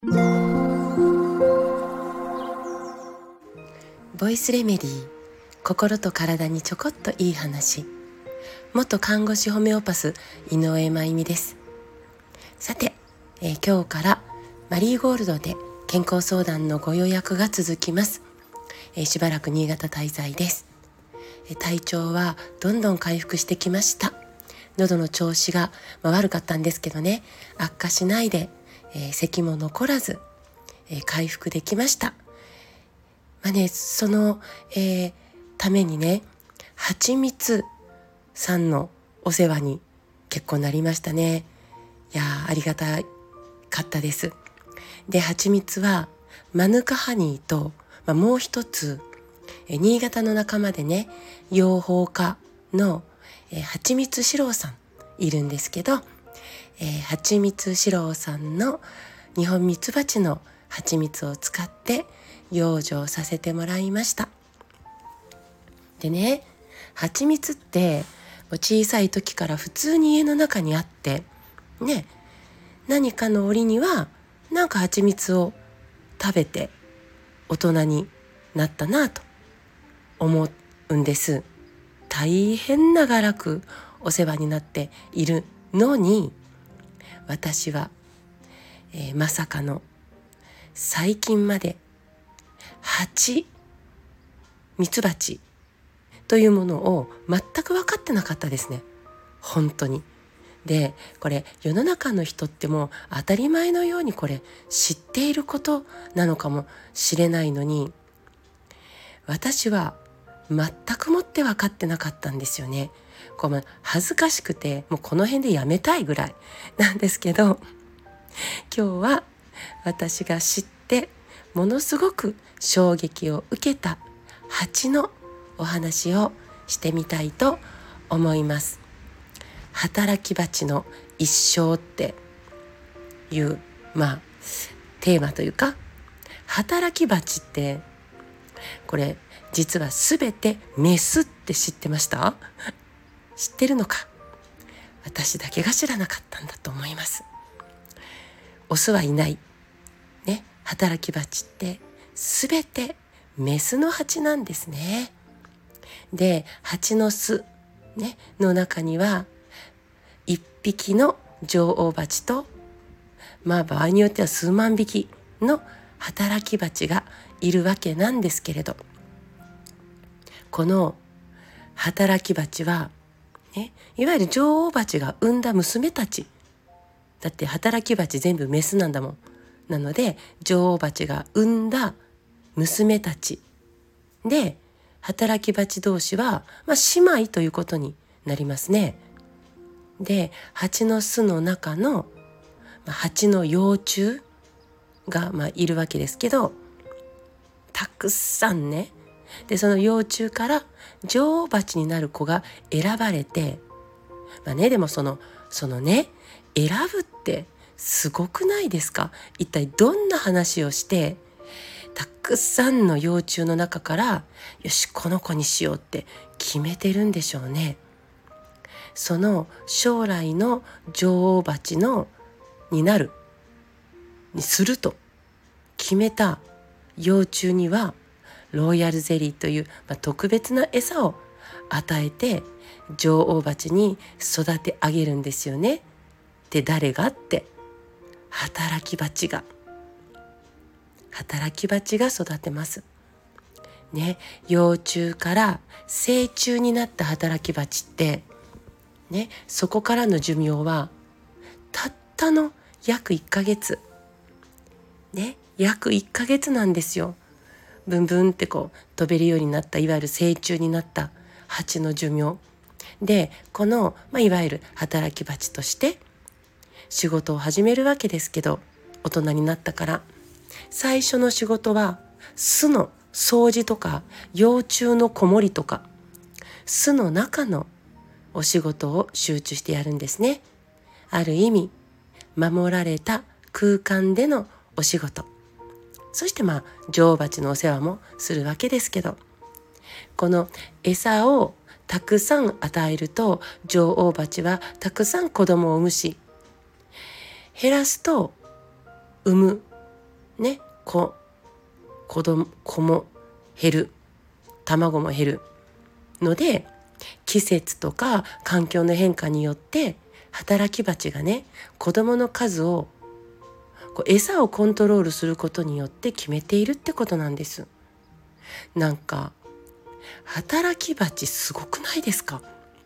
ボイスレメディー、心と体にちょこっといい話。元看護師ホメオパス井上真由美です。さて、今日からマリーゴールドで健康相談のご予約が続きます。しばらく新潟滞在です。体調はどんどん回復してきました。喉の調子が、悪かったんですけどね、悪化しないで、咳も残らず、回復できました。その、ためにね、はちみつさんのお世話に結構なりましたね。いやありがたかったです。で、はちみつはマヌカハニーと、もう一つ、新潟の仲間でね、養蜂家のはちみつ四郎さんいるんですけど、はちみつ四郎さんの日本ミツバチのはちみつを使って養生させてもらいました。でね、はちみつって小さい時から普通に家の中にあってね、何かの折にははちみつを食べて大人になったなと思うんです。大変長らくお世話になっているのに、私は、まさかの最近までミツバチというものを全く分かってなかったですね。本当に。で、これ世の中の人ってもう当たり前のようにこれ知っていることなのかもしれないのに、私は全くもって分かってなかったんですよね。恥ずかしくてもうこの辺でやめたいぐらいなんですけど、今日は私が知ってものすごく衝撃を受けた蜂のお話をしてみたいと思います。働き蜂の一生っていうテーマというか、働き蜂ってこれ実はすべてメスって知ってました？知ってるのか？私だけが知らなかったんだと思います。オスはいないね。働き蜂ってすべてメスの蜂なんですね。で、蜂の巣、の中には一匹の女王蜂と、場合によっては数万匹の働き蜂がいるわけなんですけれど、この働き蜂は、いわゆる女王蜂が産んだ娘たちだって、働き蜂全部メスなんだもん。なので女王蜂が産んだ娘たちで、働き蜂同士は、姉妹ということになりますね。で、蜂の巣の中の、蜂の幼虫が、いるわけですけど、たくさんね。で、その幼虫から女王蜂になる子が選ばれて、でもそのね、選ぶってすごくないですか？一体どんな話をしてたくさんの幼虫の中からよしこの子にしようって決めてるんでしょうね。その将来の女王蜂にすると決めた幼虫にはロイヤルゼリーという、特別な餌を与えて女王蜂に育て上げるんですよね。で、誰がって働き蜂が育てますね。幼虫から成虫になった働き蜂ってね、そこからの寿命はたったの約1ヶ月ね、約1ヶ月なんですよ。ブンブンって飛べるようになった、いわゆる成虫になった蜂の寿命で、この、いわゆる働き蜂として仕事を始めるわけですけど、大人になったから最初の仕事は巣の掃除とか幼虫の子守とか巣の中のお仕事を集中してやるんですね。ある意味守られた空間でのお仕事、そして女王蜂のお世話もするわけですけど、この餌をたくさん与えると女王蜂はたくさん子供を産むし、減らすと産むね、子も減る、卵も減るので、季節とか環境の変化によって働き蜂がね、子供の数を餌をコントロールすることによって決めているってことなんです。なんか働き蜂すごくないですか？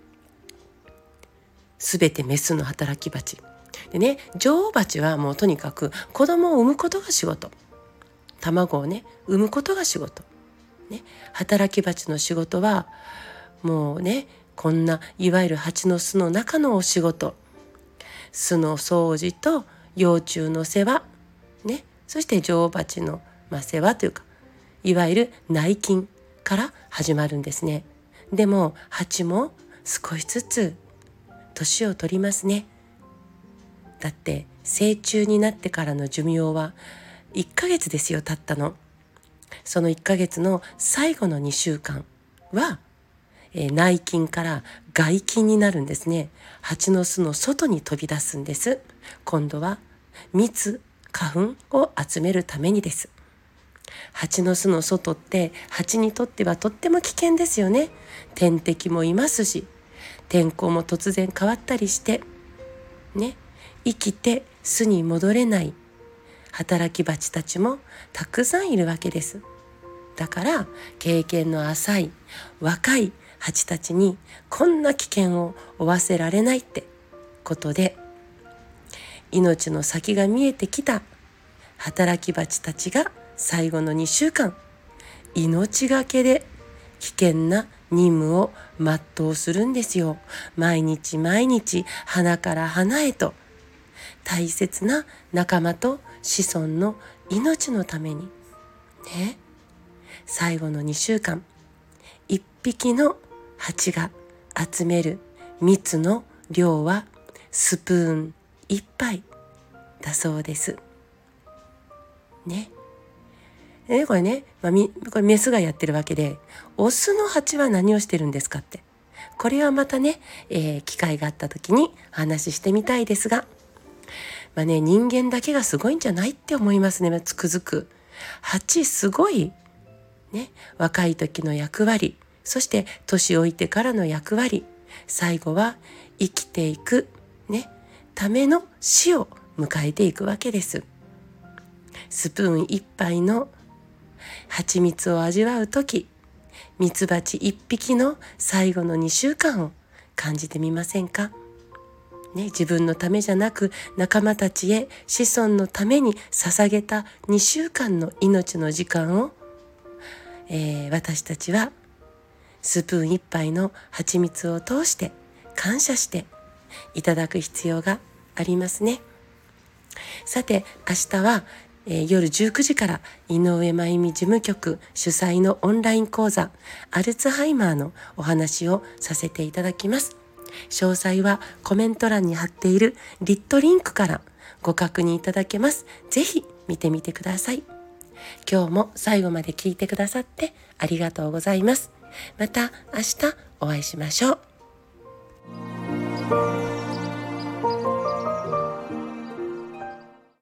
すべてメスの働き蜂でね、女王蜂はもうとにかく子供を産むことが仕事、卵をね産むことが仕事、ね、働き蜂の仕事はもうね、こんないわゆる蜂の巣の中のお仕事、巣の掃除と幼虫の世話、ね、そして女王蜂の、世話というか、いわゆる内勤から始まるんですね。でも蜂も少しずつ年を取りますね。だって成虫になってからの寿命は1ヶ月ですよ、たったの。その1ヶ月の最後の2週間は、内勤から外勤になるんですね。蜂の巣の外に飛び出すんです。今度は蜜、花粉を集めるためにです。蜂の巣の外って蜂にとってはとっても危険ですよね。天敵もいますし、天候も突然変わったりしてね、生きて巣に戻れない働き蜂たちもたくさんいるわけです。だから経験の浅い若い蜂たちにこんな危険を負わせられないってことで、命の先が見えてきた働き蜂たちが最後の2週間、命がけで危険な任務を全うするんですよ。毎日毎日花から花へと、大切な仲間と子孫の命のためにね、最後の2週間、1匹の蜂が集める蜜の量はスプーン1杯だそうですね。これね、これメスがやってるわけで、オスの蜂は何をしてるんですかって、これはまたね、機会があった時にお話ししてみたいですが、人間だけがすごいんじゃないって思いますね。つくづく蜂すごいね、若い時の役割、そして年老いてからの役割、最後は生きていくねための死を迎えていくわけです。スプーン一杯の蜂蜜を味わうとき、ミツバチ一匹の最後の2週間を感じてみませんか？自分のためじゃなく仲間たちへ子孫のために捧げた2週間の命の時間を、私たちはスプーン一杯の蜂蜜を通して感謝していただく必要がありますね。さて明日は、夜19時から井上真由美事務局主催のオンライン講座アルツハイマーのお話をさせていただきます。詳細はコメント欄に貼っているリットリンクからご確認いただけます。ぜひ見てみてください。今日も最後まで聞いてくださってありがとうございます。また明日お会いしましょう。